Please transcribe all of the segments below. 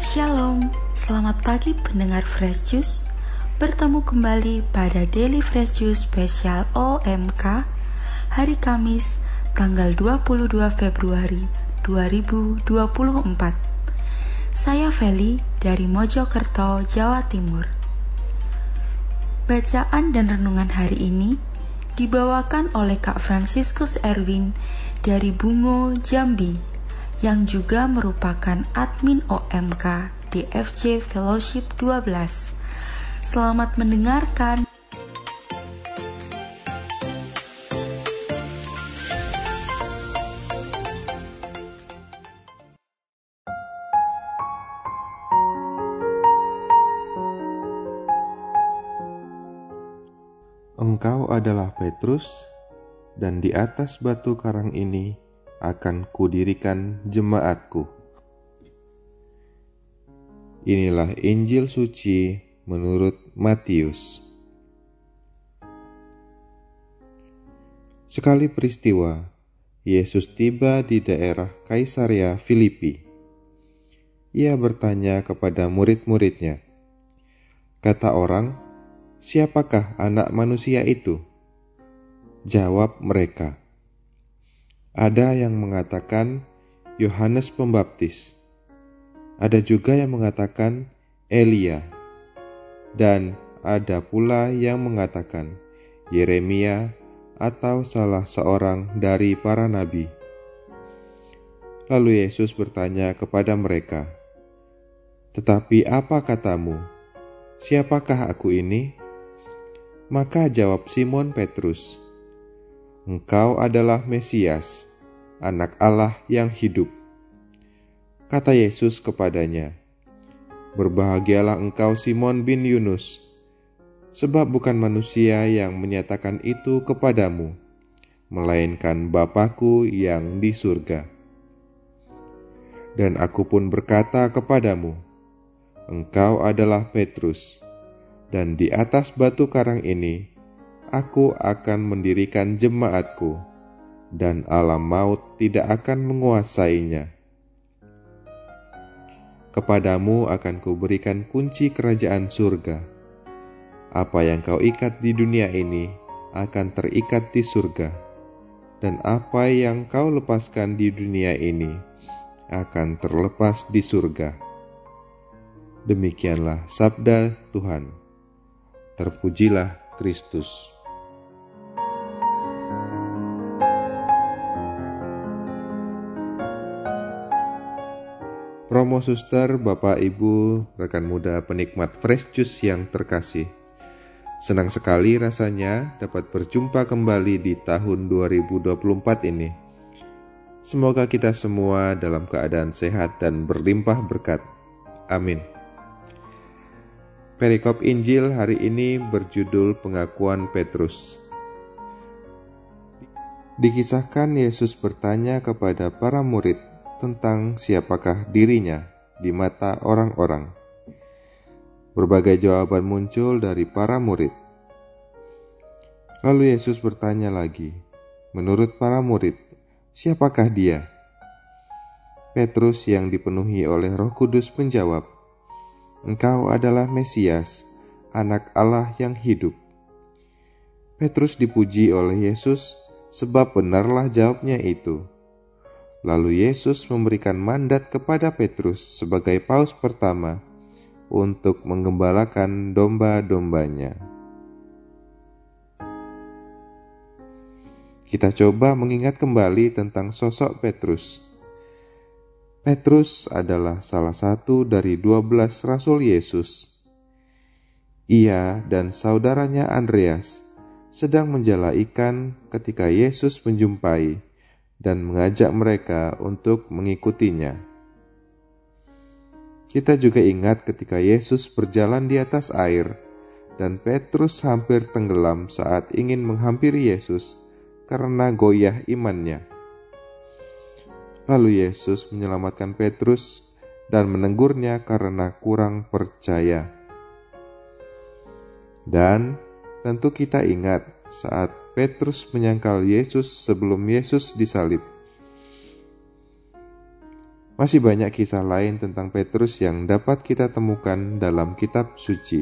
Shalom, selamat pagi pendengar Fresh Juice. Bertemu kembali pada Daily Fresh Juice spesial OMK hari Kamis tanggal 22 Februari 2024. Saya Feli dari Mojokerto, Jawa Timur. Bacaan dan renungan hari ini dibawakan oleh Kak Franciscus Erwin dari Bungo, Jambi, yang juga merupakan admin OMK DFJ Fellowship 12. Selamat mendengarkan. Engkau adalah Petrus, dan di atas batu karang ini akan kudirikan jemaatku. Inilah Injil suci menurut Matius. Sekali peristiwa, Yesus tiba di daerah Kaisarea Filipi. Ia bertanya kepada murid-muridnya, "Kata orang, siapakah anak manusia itu?" Jawab mereka, "Ada yang mengatakan Yohanes Pembaptis, ada juga yang mengatakan Elia, dan ada pula yang mengatakan Yeremia atau salah seorang dari para nabi." Lalu Yesus bertanya kepada mereka, "Tetapi apa katamu? Siapakah aku ini?" Maka jawab Simon Petrus, "Engkau adalah Mesias, Anak Allah yang hidup." Kata Yesus kepadanya, "Berbahagialah engkau Simon bin Yunus, sebab bukan manusia yang menyatakan itu kepadamu, melainkan Bapa-Ku yang di surga. Dan aku pun berkata kepadamu, engkau adalah Petrus, dan di atas batu karang ini Aku akan mendirikan jemaatku, dan alam maut tidak akan menguasainya. Kepadamu akan kuberikan kunci kerajaan surga. Apa yang kau ikat di dunia ini akan terikat di surga, dan apa yang kau lepaskan di dunia ini akan terlepas di surga." Demikianlah sabda Tuhan. Terpujilah Kristus. Promo Suster, Bapak, Ibu, rekan muda penikmat Fresh Juice yang terkasih. Senang sekali rasanya dapat berjumpa kembali di tahun 2024 ini. Semoga kita semua dalam keadaan sehat dan berlimpah berkat. Amin. Perikop Injil hari ini berjudul Pengakuan Petrus. Dikisahkan Yesus bertanya kepada para murid tentang siapakah dirinya di mata orang-orang. Berbagai jawaban muncul dari para murid. Lalu Yesus bertanya lagi, menurut para murid, siapakah dia? Petrus yang dipenuhi oleh Roh Kudus menjawab, "Engkau adalah Mesias, Anak Allah yang hidup." Petrus dipuji oleh Yesus sebab benarlah jawabnya itu. Lalu Yesus memberikan mandat kepada Petrus sebagai paus pertama untuk menggembalakan domba-dombanya. Kita coba mengingat kembali tentang sosok Petrus. Petrus adalah salah satu dari 12 Rasul Yesus. Ia dan saudaranya Andreas sedang menjala ikan ketika Yesus menjumpai dan mengajak mereka untuk mengikutinya. Kita juga ingat ketika Yesus berjalan di atas air dan Petrus hampir tenggelam saat ingin menghampiri Yesus karena goyah imannya. Lalu Yesus menyelamatkan Petrus dan menegurnya karena kurang percaya. Dan tentu kita ingat saat Petrus menyangkal Yesus sebelum Yesus disalib. Masih banyak kisah lain tentang Petrus yang dapat kita temukan dalam kitab suci.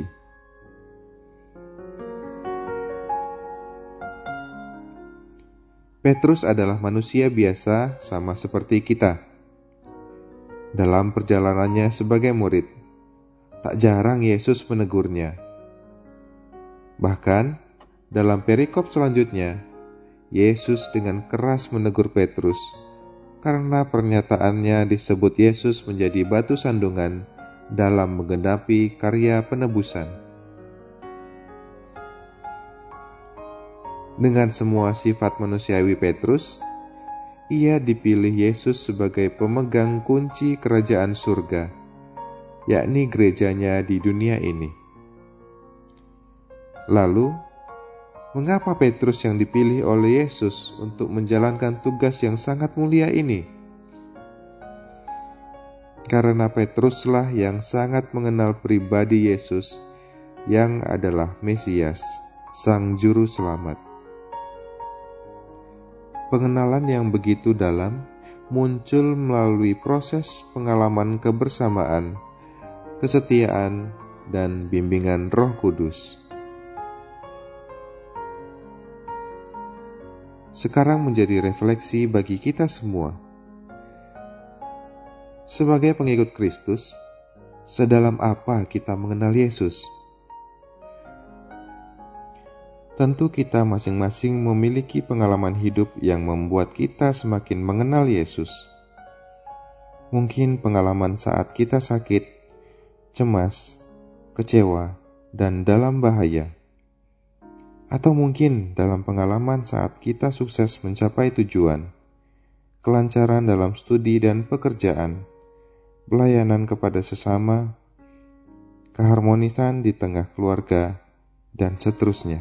Petrus adalah manusia biasa sama seperti kita. Dalam perjalanannya sebagai murid, tak jarang Yesus menegurnya. Bahkan, dalam perikop selanjutnya, Yesus dengan keras menegur Petrus karena pernyataannya disebut Yesus menjadi batu sandungan dalam menggenapi karya penebusan. Dengan semua sifat manusiawi Petrus, ia dipilih Yesus sebagai pemegang kunci kerajaan surga, yakni gerejanya di dunia ini. Lalu, mengapa Petrus yang dipilih oleh Yesus untuk menjalankan tugas yang sangat mulia ini? Karena Petruslah yang sangat mengenal pribadi Yesus yang adalah Mesias, Sang Juru Selamat. Pengenalan yang begitu dalam muncul melalui proses pengalaman kebersamaan, kesetiaan, dan bimbingan Roh Kudus. Sekarang menjadi refleksi bagi kita semua. Sebagai pengikut Kristus, sedalam apa kita mengenal Yesus? Tentu kita masing-masing memiliki pengalaman hidup yang membuat kita semakin mengenal Yesus. Mungkin pengalaman saat kita sakit, cemas, kecewa, dan dalam bahaya. Atau mungkin dalam pengalaman saat kita sukses mencapai tujuan, kelancaran dalam studi dan pekerjaan, pelayanan kepada sesama, keharmonisan di tengah keluarga, dan seterusnya.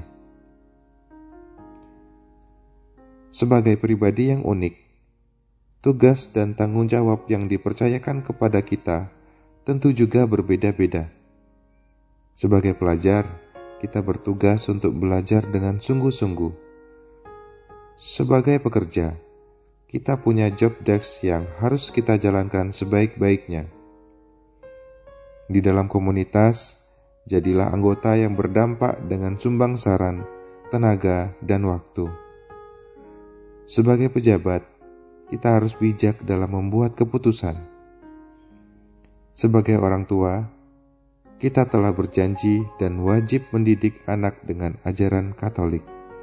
Sebagai pribadi yang unik, tugas dan tanggung jawab yang dipercayakan kepada kita tentu juga berbeda-beda. Sebagai pelajar, kita bertugas untuk belajar dengan sungguh-sungguh. Sebagai pekerja, kita punya job desk yang harus kita jalankan sebaik-baiknya. Di dalam komunitas, jadilah anggota yang berdampak dengan sumbang saran, tenaga, dan waktu. Sebagai pejabat, kita harus bijak dalam membuat keputusan. Sebagai orang tua, kita telah berjanji dan wajib mendidik anak dengan ajaran Katolik.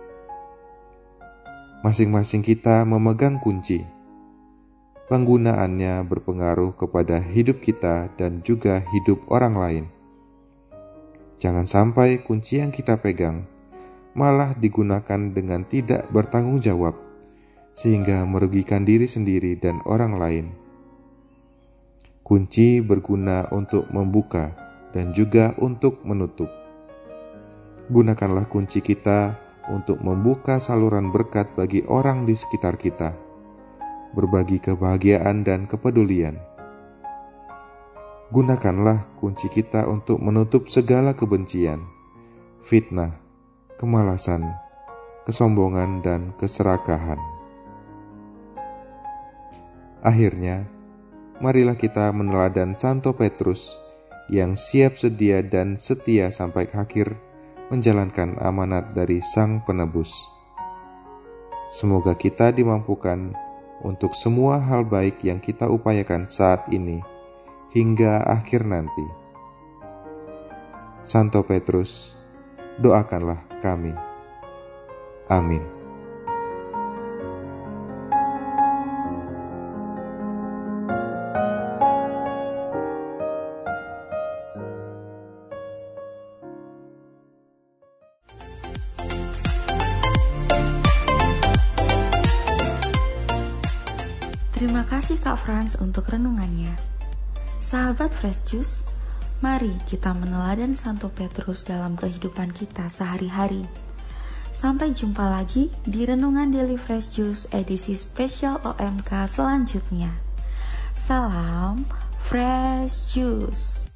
Masing-masing kita memegang kunci. Penggunaannya berpengaruh kepada hidup kita dan juga hidup orang lain. Jangan sampai kunci yang kita pegang malah digunakan dengan tidak bertanggung jawab, sehingga merugikan diri sendiri dan orang lain. Kunci berguna untuk membuka dan juga untuk menutup. Gunakanlah kunci kita untuk membuka saluran berkat bagi orang di sekitar kita, berbagi kebahagiaan dan kepedulian. Gunakanlah kunci kita untuk menutup segala kebencian, fitnah, kemalasan, kesombongan, dan keserakahan. Akhirnya, marilah kita meneladan Santo Petrus yang siap sedia dan setia sampai akhir menjalankan amanat dari Sang Penebus. Semoga kita dimampukan untuk semua hal baik yang kita upayakan saat ini hingga akhir nanti. Santo Petrus, doakanlah kami. Amin. Terima kasih Kak Frans untuk renungannya. Sahabat Fresh Juice, mari kita meneladan Santo Petrus dalam kehidupan kita sehari-hari. Sampai jumpa lagi di Renungan Daily Fresh Juice edisi spesial OMK selanjutnya. Salam Fresh Juice.